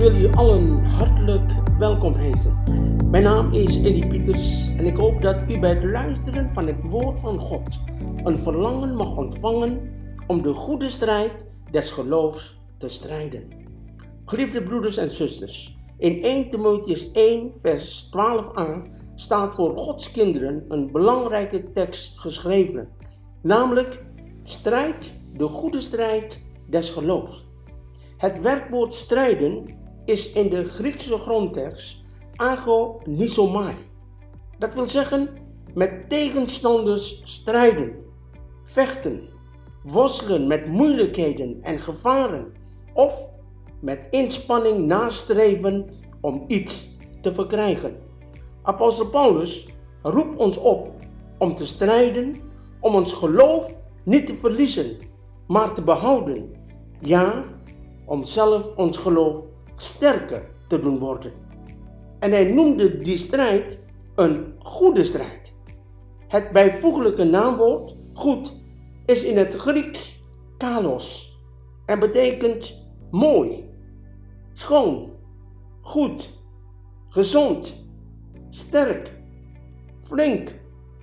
wil u allen hartelijk welkom heten. Mijn naam is Eddie Pieters en ik hoop dat u bij het luisteren van het woord van God een verlangen mag ontvangen om de goede strijd des geloofs te strijden. Geliefde broeders en zusters, in 1 Timotheüs 1 vers 12a staat voor Gods kinderen een belangrijke tekst geschreven, namelijk strijd de goede strijd des geloofs. Het werkwoord strijden is in de Griekse grondtekst agonizomai. Dat wil zeggen met tegenstanders strijden, vechten, worstelen met moeilijkheden en gevaren of met inspanning nastreven om iets te verkrijgen. Apostel Paulus roept ons op om te strijden, om ons geloof niet te verliezen, maar te behouden. Ja, om zelf ons geloof sterker te doen worden. En hij noemde die strijd een goede strijd. Het bijvoeglijke naamwoord goed is in het Grieks kalos en betekent mooi, schoon, goed, gezond, sterk, flink,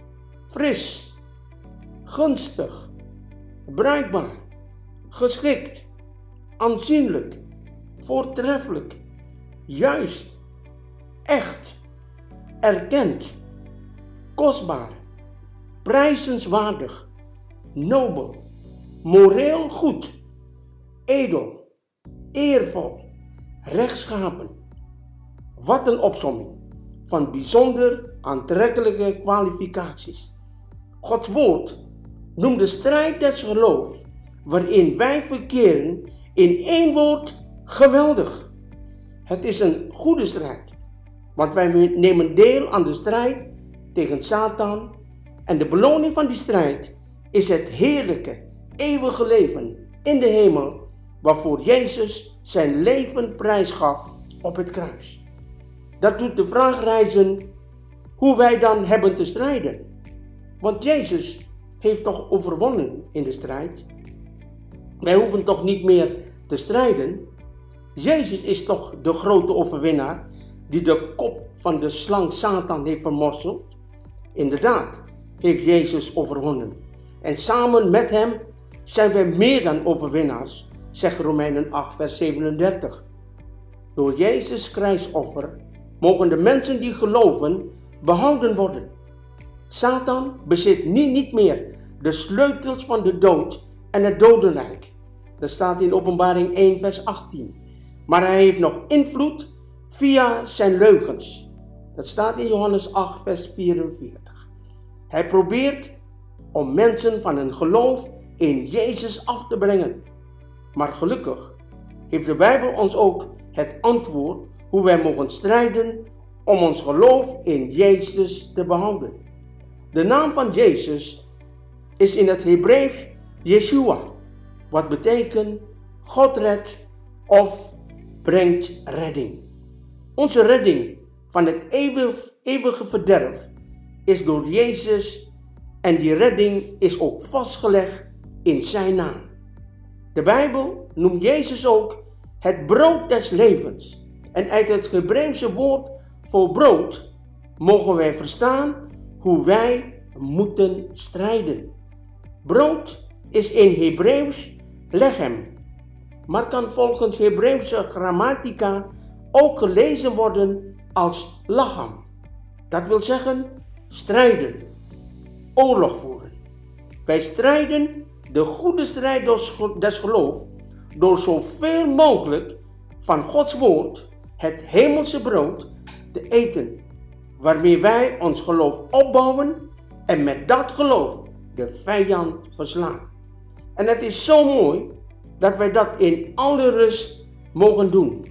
fris, gunstig, bruikbaar, geschikt, aanzienlijk, voortreffelijk, juist, echt, erkend, kostbaar, prijzenswaardig, nobel, moreel goed, edel, eervol, rechtschapen. Wat een opsomming van bijzonder aantrekkelijke kwalificaties. Gods woord noemt de strijd des geloofs, waarin wij verkeren, in één woord geweldig. Het is een goede strijd, want wij nemen deel aan de strijd tegen Satan en de beloning van die strijd is het heerlijke, eeuwige leven in de hemel, waarvoor Jezus zijn leven prijsgaf op het kruis. Dat doet de vraag rijzen hoe wij dan hebben te strijden. Want Jezus heeft toch overwonnen in de strijd? Wij hoeven toch niet meer te strijden? Jezus is toch de grote overwinnaar die de kop van de slang Satan heeft vermorseld? Inderdaad, heeft Jezus overwonnen. En samen met hem zijn wij meer dan overwinnaars, zegt Romeinen 8 vers 37. Door Jezus' kruisoffer mogen de mensen die geloven behouden worden. Satan bezit niet meer de sleutels van de dood en het dodenrijk. Dat staat in Openbaring 1 vers 18. Maar hij heeft nog invloed via zijn leugens. Dat staat in Johannes 8 vers 44. Hij probeert om mensen van hun geloof in Jezus af te brengen. Maar gelukkig heeft de Bijbel ons ook het antwoord hoe wij mogen strijden om ons geloof in Jezus te behouden. De naam van Jezus is in het Hebreeuws Yeshua, wat betekent God redt of brengt redding. Onze redding van het eeuwige verderf is door Jezus en die redding is ook vastgelegd in zijn naam. De Bijbel noemt Jezus ook het brood des levens. En uit het Hebreeuwse woord voor brood mogen wij verstaan hoe wij moeten strijden. Brood is in Hebreeuws lechem, maar kan volgens Hebreeuwse grammatica ook gelezen worden als lacham. Dat wil zeggen strijden, oorlog voeren. Wij strijden de goede strijd des geloofs door zoveel mogelijk van Gods woord, het hemelse brood, te eten, waarmee wij ons geloof opbouwen en met dat geloof de vijand verslaan. En het is zo mooi dat wij dat in alle rust mogen doen.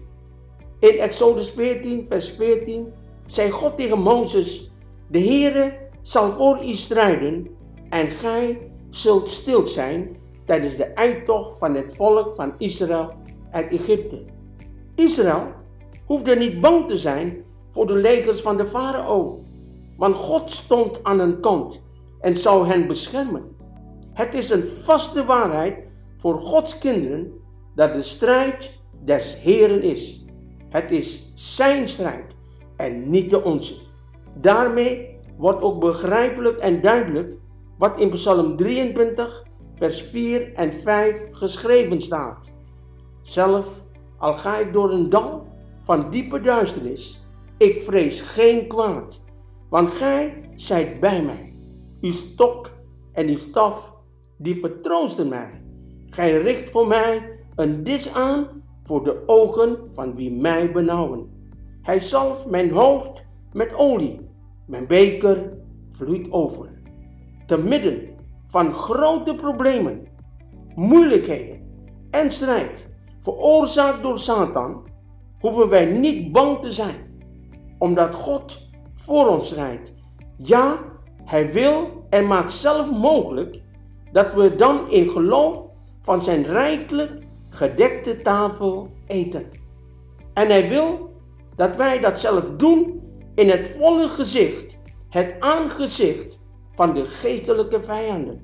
In Exodus 14 vers 14 zei God tegen Mozes: de Heere zal voor u strijden en gij zult stil zijn tijdens de uittocht van het volk van Israël uit Egypte. Israël hoefde niet bang te zijn voor de legers van de farao, want God stond aan hun kant en zou hen beschermen. Het is een vaste waarheid voor Gods kinderen dat de strijd des Heeren is. Het is zijn strijd en niet de onze. Daarmee wordt ook begrijpelijk en duidelijk wat in Psalm 23, vers 4 en 5 geschreven staat. Zelf, al ga ik door een dal van diepe duisternis, ik vrees geen kwaad, want gij zijt bij mij. Uw stok en uw staf, die vertroosten mij. Gij richt voor mij een dis aan voor de ogen van wie mij benauwen. Hij zalft mijn hoofd met olie, mijn beker vloeit over. Te midden van grote problemen, moeilijkheden en strijd, veroorzaakt door Satan, hoeven wij niet bang te zijn, omdat God voor ons strijdt. Ja, hij wil en maakt zelf mogelijk dat we dan in geloof van zijn rijkelijk gedekte tafel eten. En hij wil dat wij dat zelf doen in het volle gezicht, het aangezicht van de geestelijke vijanden.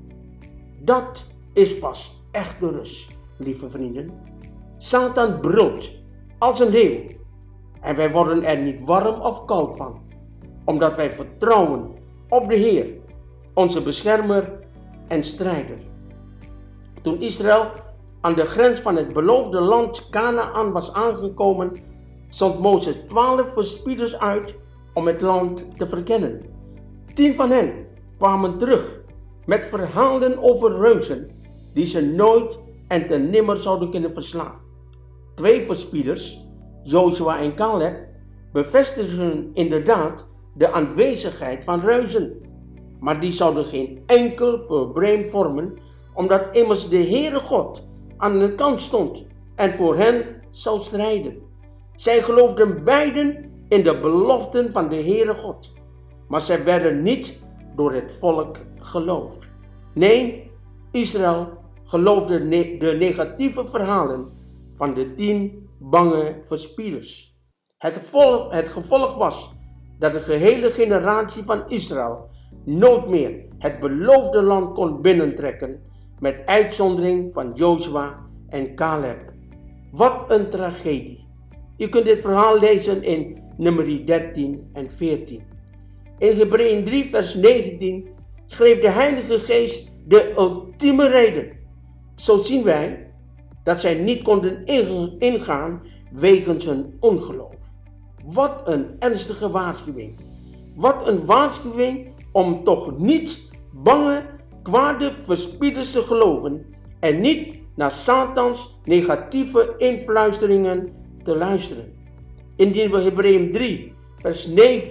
Dat is pas echte rust, lieve vrienden. Satan brult als een leeuw en wij worden er niet warm of koud van, omdat wij vertrouwen op de Heer, onze beschermer en strijder. Toen Israël aan de grens van het beloofde land Kanaan was aangekomen, zond Mozes 12 verspieders uit om het land te verkennen. 10 van hen kwamen terug met verhalen over reuzen die ze nooit en te nimmer zouden kunnen verslaan. 2 verspieders, Jozua en Caleb, bevestigden inderdaad de aanwezigheid van reuzen. Maar die zouden geen enkel probleem vormen, omdat immers de Heere God aan de kant stond en voor hen zou strijden. Zij geloofden beiden in de beloften van de Heere God, maar zij werden niet door het volk geloofd. Nee, Israël geloofde de negatieve verhalen van de 10 bange verspieders. Het gevolg was dat de gehele generatie van Israël nooit meer het beloofde land kon binnentrekken, met uitzondering van Jozua en Caleb. Wat een tragedie. Je kunt dit verhaal lezen in Numeri 13 en 14. In Hebreeën 3 vers 19 schreef de Heilige Geest de ultieme reden. Zo zien wij dat zij niet konden ingaan wegens hun ongeloof. Wat een ernstige waarschuwing. Wat een waarschuwing om toch niet bange, kwade verspieders te geloven en niet naar Satans negatieve influisteringen te luisteren. Indien we Hebreeën 3 vers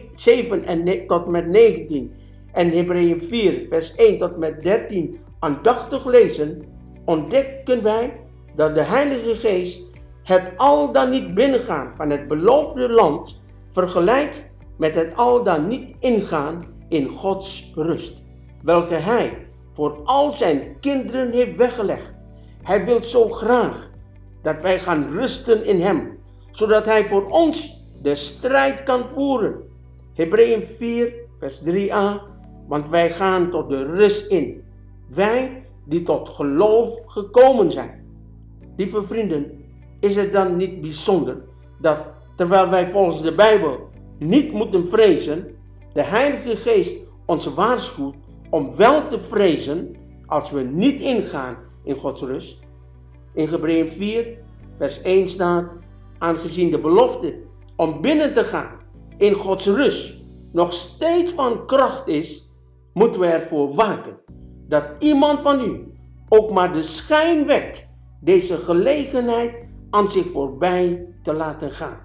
7 en tot met 19 en Hebreeën 4 vers 1 tot met 13 aandachtig lezen, ontdekken wij dat de Heilige Geest het al dan niet binnengaan van het beloofde land vergelijkt met het al dan niet ingaan in Gods rust, welke Hij voor al zijn kinderen heeft weggelegd. Hij wil zo graag dat wij gaan rusten in Hem, zodat Hij voor ons de strijd kan voeren. Hebreeën 4 vers 3a, want wij gaan tot de rust in, wij die tot geloof gekomen zijn. Lieve vrienden, is het dan niet bijzonder dat terwijl wij volgens de Bijbel niet moeten vrezen, de Heilige Geest ons waarschuwt om wel te vrezen als we niet ingaan in Gods rust? In Hebreeën 4 vers 1 staat, aangezien de belofte om binnen te gaan in Gods rust nog steeds van kracht is, moeten we ervoor waken dat iemand van u ook maar de schijn wekt deze gelegenheid aan zich voorbij te laten gaan.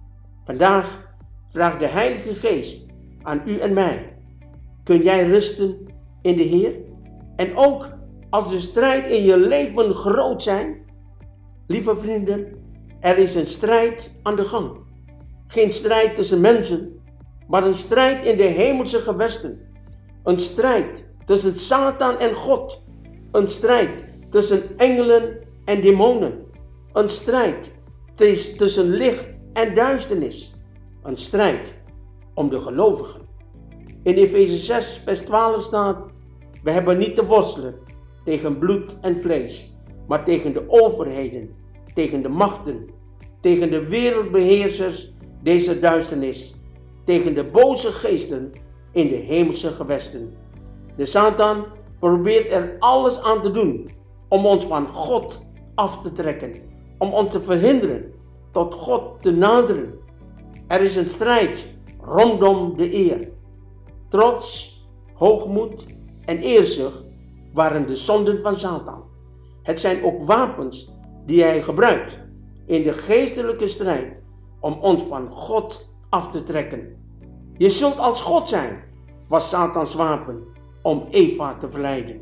Vandaag vraagt de Heilige Geest aan u en mij: kun jij rusten in de Heer? En ook als de strijd in je leven groot zijn? Lieve vrienden, er is een strijd aan de gang. Geen strijd tussen mensen, maar een strijd in de hemelse gewesten. Een strijd tussen Satan en God. Een strijd tussen engelen en demonen. Een strijd tussen licht en duisternis. Een strijd om de gelovigen. In Efeze 6 vers 12 staat: we hebben niet te worstelen tegen bloed en vlees, maar tegen de overheden, tegen de machten, tegen de wereldbeheersers deze duisternis, tegen de boze geesten in de hemelse gewesten. De Satan probeert er alles aan te doen om ons van God af te trekken, om ons te verhinderen tot God te naderen. Er is een strijd rondom de eer. Trots, hoogmoed en eerzucht waren de zonden van Satan. Het zijn ook wapens die hij gebruikt in de geestelijke strijd om ons van God af te trekken. Je zult als God zijn, was Satans wapen om Eva te verleiden.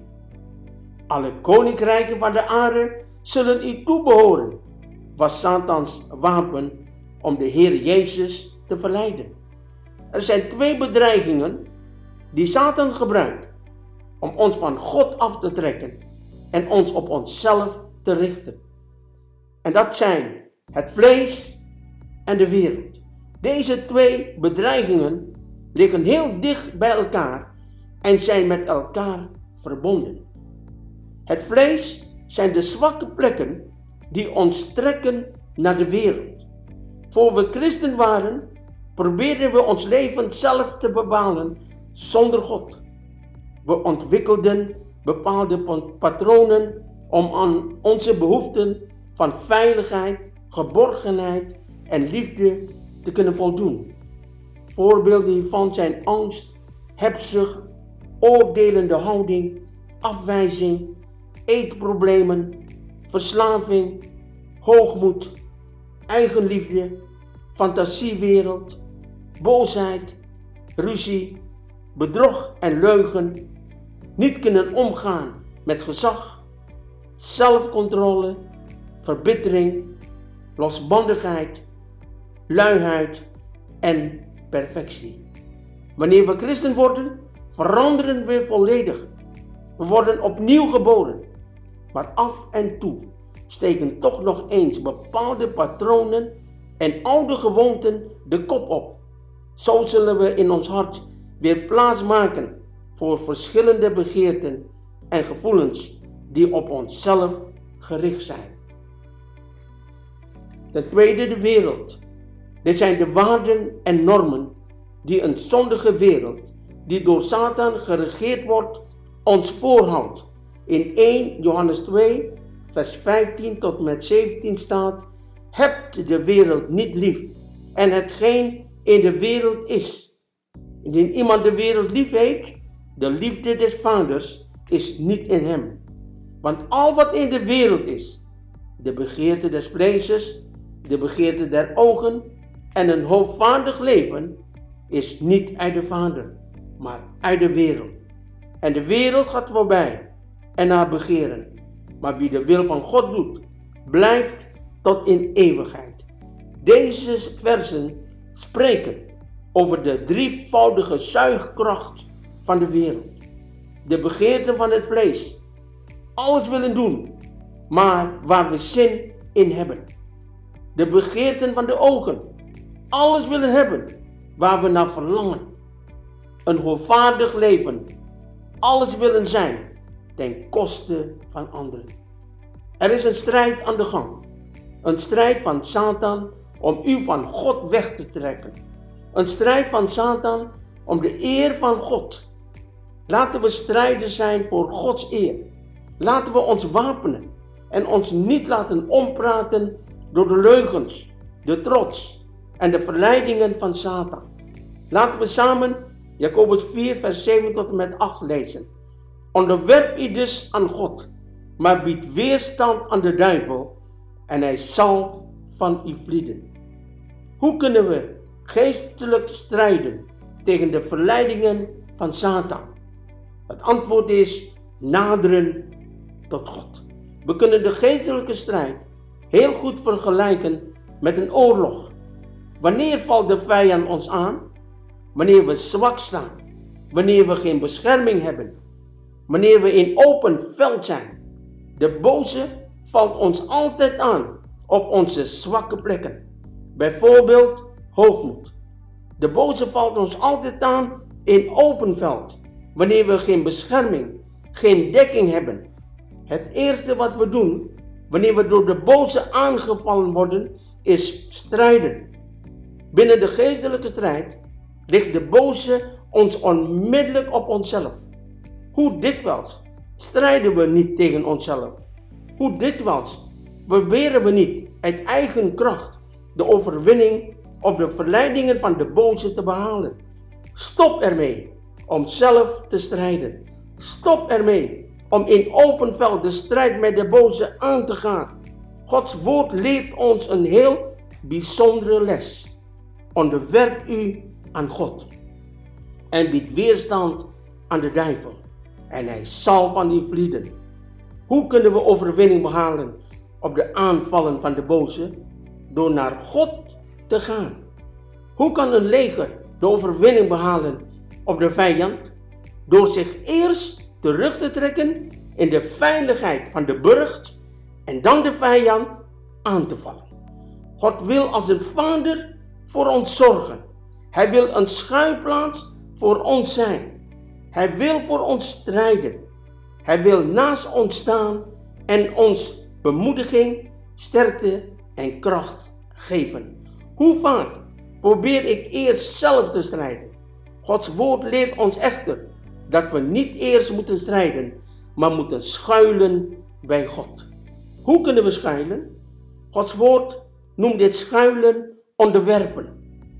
Alle koninkrijken van de aarde zullen u toebehoren, was Satans wapen om de Heer Jezus te verleiden. Er zijn twee bedreigingen die Satan gebruikt om ons van God af te trekken en ons op onszelf te richten. En dat zijn het vlees en de wereld. Deze twee bedreigingen liggen heel dicht bij elkaar en zijn met elkaar verbonden. Het vlees zijn de zwakke plekken die ons trekken naar de wereld. Voor we christen waren, probeerden we ons leven zelf te bepalen zonder God. We ontwikkelden bepaalde patronen om aan onze behoeften van veiligheid, geborgenheid en liefde te kunnen voldoen. Voorbeelden hiervan zijn angst, hebzucht, oordelende houding, afwijzing, eetproblemen, verslaving, hoogmoed, eigenliefde, fantasiewereld, boosheid, ruzie, bedrog en leugen, niet kunnen omgaan met gezag, zelfcontrole, verbittering, losbandigheid, luiheid en perfectie. Wanneer we christen worden, veranderen we volledig. We worden opnieuw geboren. Maar af en toe steken toch nog eens bepaalde patronen en oude gewoonten de kop op. Zo zullen we in ons hart weer plaats maken voor verschillende begeerten en gevoelens die op onszelf gericht zijn. Ten tweede de wereld. Dit zijn de waarden en normen die een zondige wereld, die door Satan geregeerd wordt, ons voorhoudt. In 1 Johannes 2, vers 15 tot en met 17 staat: hebt de wereld niet lief en hetgeen in de wereld is. Indien iemand de wereld lief heeft, de liefde des vaders is niet in hem. Want al wat in de wereld is, de begeerte des vlees, de begeerte der ogen en een hoogvaardig leven, is niet uit de Vader, maar uit de wereld. En de wereld gaat voorbij en haar begeren. Maar wie de wil van God doet, blijft tot in eeuwigheid. Deze versen spreken over de drievoudige zuigkracht van de wereld. De begeerten van het vlees. Alles willen doen, maar waar we zin in hebben. De begeerten van de ogen. Alles willen hebben, waar we naar verlangen. Een hoogvaardig leven. Alles willen zijn, ten koste van anderen. Er is een strijd aan de gang. Een strijd van Satan om u van God weg te trekken. Een strijd van Satan om de eer van God. Laten we strijden zijn voor Gods eer. Laten we ons wapenen en ons niet laten ompraten door de leugens, de trots en de verleidingen van Satan. Laten we samen Jacobus 4 vers 7 tot en met 8 lezen. Onderwerp je dus aan God, maar bied weerstand aan de duivel en hij zal van u vlieden. Hoe kunnen we geestelijk strijden tegen de verleidingen van Satan? Het antwoord is naderen tot God. We kunnen de geestelijke strijd heel goed vergelijken met een oorlog. Wanneer valt de vijand ons aan? Wanneer we zwak staan. Wanneer we geen bescherming hebben. Wanneer we in open veld zijn. De boze valt ons altijd aan op onze zwakke plekken. Bijvoorbeeld hoogmoed. De boze valt ons altijd aan in open veld. Wanneer we geen bescherming, geen dekking hebben. Het eerste wat we doen, wanneer we door de boze aangevallen worden, is strijden. Binnen de geestelijke strijd richt de boze ons onmiddellijk op onszelf. Hoe dikwijls strijden we niet tegen onszelf? Hoe dikwijls proberen we niet uit eigen kracht de overwinning op de verleidingen van de boze te behalen? Stop ermee om zelf te strijden. Stop ermee om in open veld de strijd met de boze aan te gaan. Gods woord leert ons een heel bijzondere les. Onderwerp u aan God en bied weerstand aan de duivel en hij zal van u vlieden. Hoe kunnen we overwinning behalen op de aanvallen van de boze? Door naar God te gaan. Hoe kan een leger de overwinning behalen op de vijand? Door zich eerst terug te trekken in de veiligheid van de burcht en dan de vijand aan te vallen. God wil als een vader voor ons zorgen. Hij wil een schuilplaats voor ons zijn. Hij wil voor ons strijden. Hij wil naast ons staan en ons bemoediging, sterkte en kracht geven. Hoe vaak probeer ik eerst zelf te strijden? Gods woord leert ons echter dat we niet eerst moeten strijden, maar moeten schuilen bij God. Hoe kunnen we schuilen? Gods woord noemt dit schuilen onderwerpen.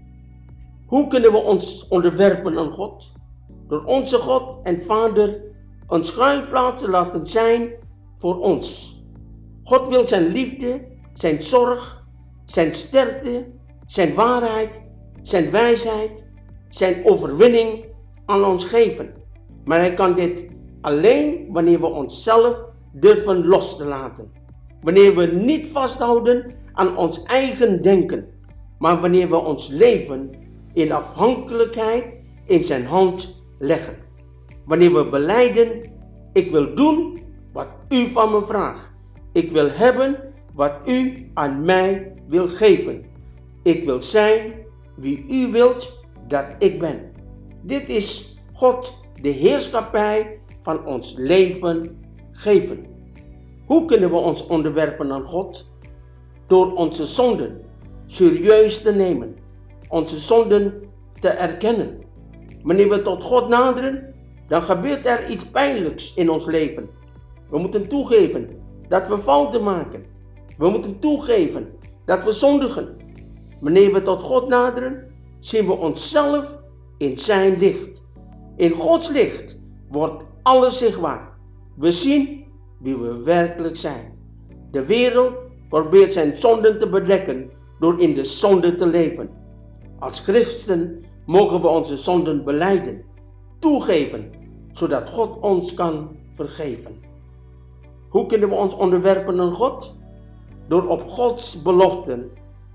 Hoe kunnen we ons onderwerpen aan God? Door onze God en Vader een schuilplaats te laten zijn voor ons. God wil zijn liefde, zijn zorg, zijn sterkte, zijn waarheid, zijn wijsheid, zijn overwinning aan ons geven. Maar hij kan dit alleen wanneer we onszelf durven los te laten. Wanneer we niet vasthouden aan ons eigen denken, maar wanneer we ons leven in afhankelijkheid in zijn hand leggen. Wanneer we belijden, ik wil doen wat u van me vraagt. Ik wil hebben wat u aan mij wil geven. Ik wil zijn wie u wilt dat ik ben. Dit is God de heerschappij van ons leven geven. Hoe kunnen we ons onderwerpen aan God? Door onze zonden serieus te nemen. Onze zonden te erkennen. Wanneer we tot God naderen, dan gebeurt er iets pijnlijks in ons leven. We moeten toegeven dat we fouten maken. We moeten toegeven dat we zondigen. Wanneer we tot God naderen, zien we onszelf in zijn licht. In Gods licht wordt alles zichtbaar. We zien wie we werkelijk zijn. De wereld probeert zijn zonden te bedekken door in de zonde te leven. Als christen mogen we onze zonden belijden, toegeven, zodat God ons kan vergeven. Hoe kunnen we ons onderwerpen aan God? Door op Gods beloften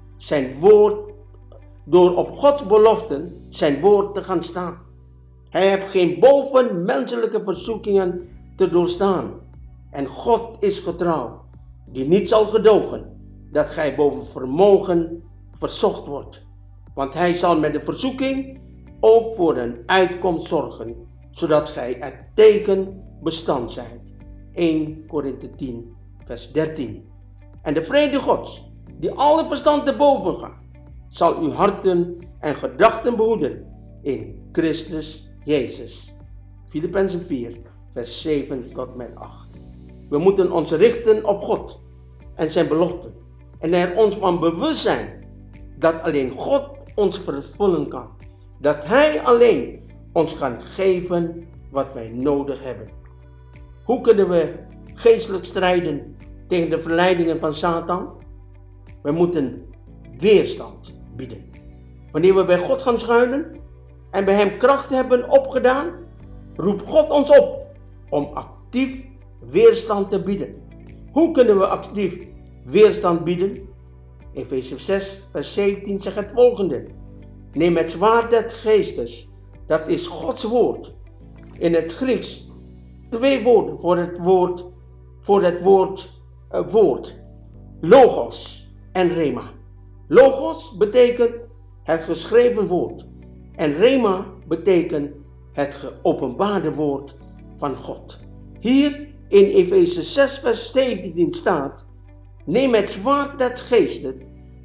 zijn woord te gaan staan. Hij heeft geen bovenmenselijke verzoekingen te doorstaan. En God is getrouw, die niet zal gedogen dat gij boven vermogen verzocht wordt. Want hij zal met de verzoeking ook voor een uitkomst zorgen, zodat gij er tegen bestand zijt. 1 Korinthe 10 vers 13. En de vrede Gods, die alle verstand te boven gaat, zal uw harten en gedachten behoeden in Christus Jezus. Filippenzen 4 vers 7 tot met 8. We moeten ons richten op God en zijn beloften en er ons van bewust zijn dat alleen God ons vervullen kan. Dat hij alleen ons kan geven wat wij nodig hebben. Hoe kunnen we geestelijk strijden tegen de verleidingen van Satan? We moeten weerstand bieden. Wanneer we bij God gaan schuilen en bij hem kracht hebben opgedaan, roept God ons op om actief weerstand te bieden. Hoe kunnen we actief weerstand bieden? Efeze 6 vers 17 zegt het volgende. Neem het zwaard des geestes, dat is Gods woord. In het Grieks 2 woorden voor het woord. Logos en rema. Logos betekent het geschreven woord. En rema betekent het geopenbaarde woord van God. Hier in Efeze 6 vers 17 staat. Neem het zwaard des geestes,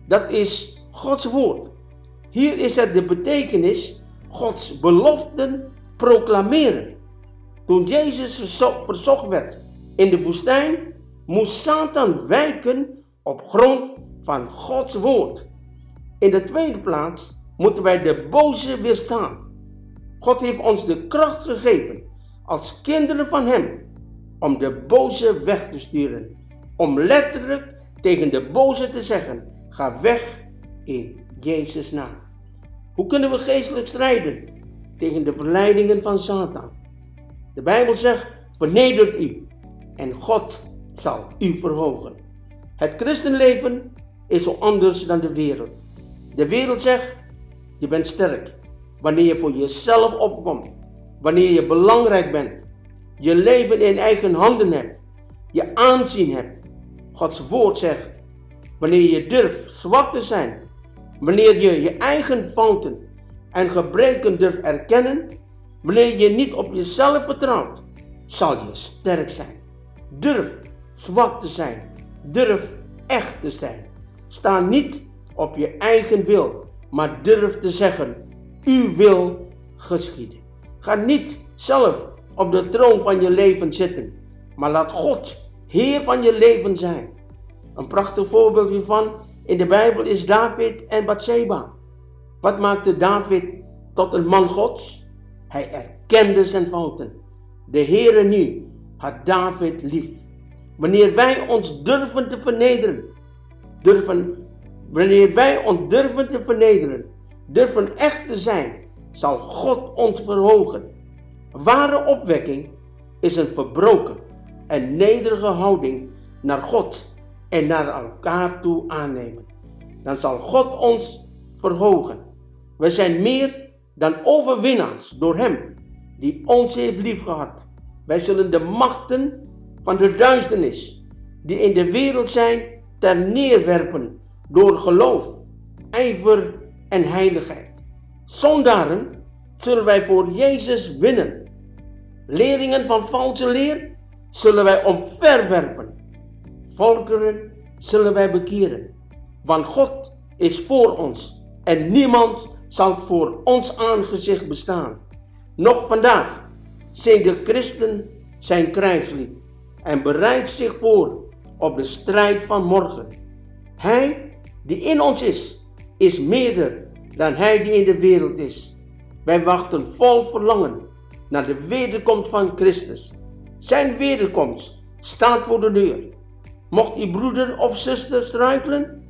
Dat is Gods woord. Hier is het de betekenis Gods beloften proclameren. Toen Jezus verzocht werd in de woestijn, moest Satan wijken op grond van Gods woord. In de tweede plaats moeten wij de boze weerstaan. God heeft ons de kracht gegeven als kinderen van hem om de boze weg te sturen. Om letterlijk tegen de boze te zeggen: ga weg in Jezus' naam. Hoe kunnen we geestelijk strijden tegen de verleidingen van Satan? De Bijbel zegt: vernedert u en God zal u verhogen. Het christenleven is zo anders dan de wereld. De wereld zegt: je bent sterk wanneer je voor jezelf opkomt, wanneer je belangrijk bent, je leven in eigen handen hebt, je aanzien hebt. Gods woord zegt: wanneer je durft zwak te zijn, wanneer je je eigen fouten en gebreken durft erkennen, wanneer je niet op jezelf vertrouwt, zal je sterk zijn. Durf zwak te zijn, durf echt te zijn. Sta niet op je eigen wil, maar durf te zeggen: uw wil geschieden. Ga niet zelf op de troon van je leven zitten, maar laat God Heer van je leven zijn. Een prachtig voorbeeld hiervan in de Bijbel is David en Bathseba. Wat maakte David tot een man Gods? Hij erkende zijn fouten. De Heere nu had David lief. Wanneer wij ons durven te vernederen, durven echt te zijn, zal God ons verhogen. Ware opwekking is een verbroken en nederige houding naar God en naar elkaar toe aannemen. Dan zal God ons verhogen. We zijn meer dan overwinnaars door Hem die ons heeft liefgehad. Wij zullen de machten van de duisternis die in de wereld zijn terneerwerpen door geloof, ijver en heiligheid. Zondaren zullen wij voor Jezus winnen. Leerlingen van valse leer zullen wij omverwerpen. Volkeren zullen wij bekeren. Want God is voor ons en niemand zal voor ons aangezicht bestaan. Nog vandaag zingt de christen zijn krijgslied en bereidt zich voor op de strijd van morgen. Hij die in ons is meerder dan hij die in de wereld is. Wij wachten vol verlangen naar de wederkomst van Christus. Zijn wederkomst staat voor de deur. Mocht uw broeder of zuster struikelen,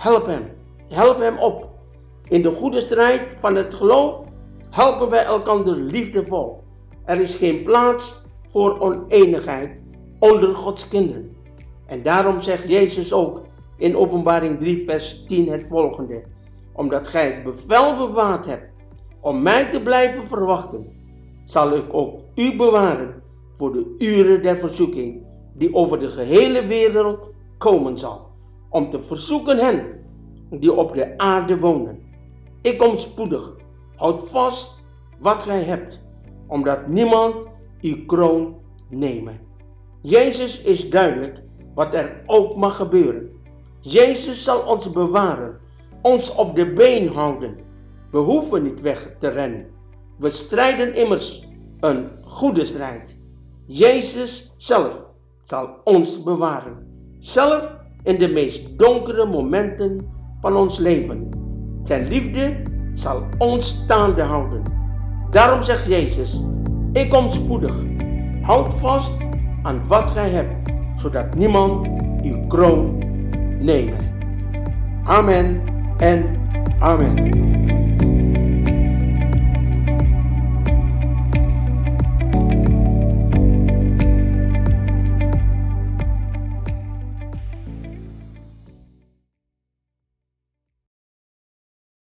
help hem op. In de goede strijd van het geloof helpen wij elkander liefdevol. Er is geen plaats voor oneenigheid onder Gods kinderen. En daarom zegt Jezus ook in Openbaring 3 vers 10 het volgende: omdat gij het bevel bewaard hebt om mij te blijven verwachten, zal ik ook u bewaren voor de uren der verzoeking die over de gehele wereld komen zal, om te verzoeken hen die op de aarde wonen. Ik kom spoedig, houd vast wat gij hebt, omdat niemand uw kroon nemen. Jezus is duidelijk wat er ook mag gebeuren. Jezus zal ons bewaren, ons op de been houden. We hoeven niet weg te rennen. We strijden immers een goede strijd. Jezus zelf zal ons bewaren. Zelf in de meest donkere momenten van ons leven. Zijn liefde zal ons staande houden. Daarom zegt Jezus: ik kom spoedig. Houd vast aan wat gij hebt, zodat niemand uw kroon neemt. Amen en amen.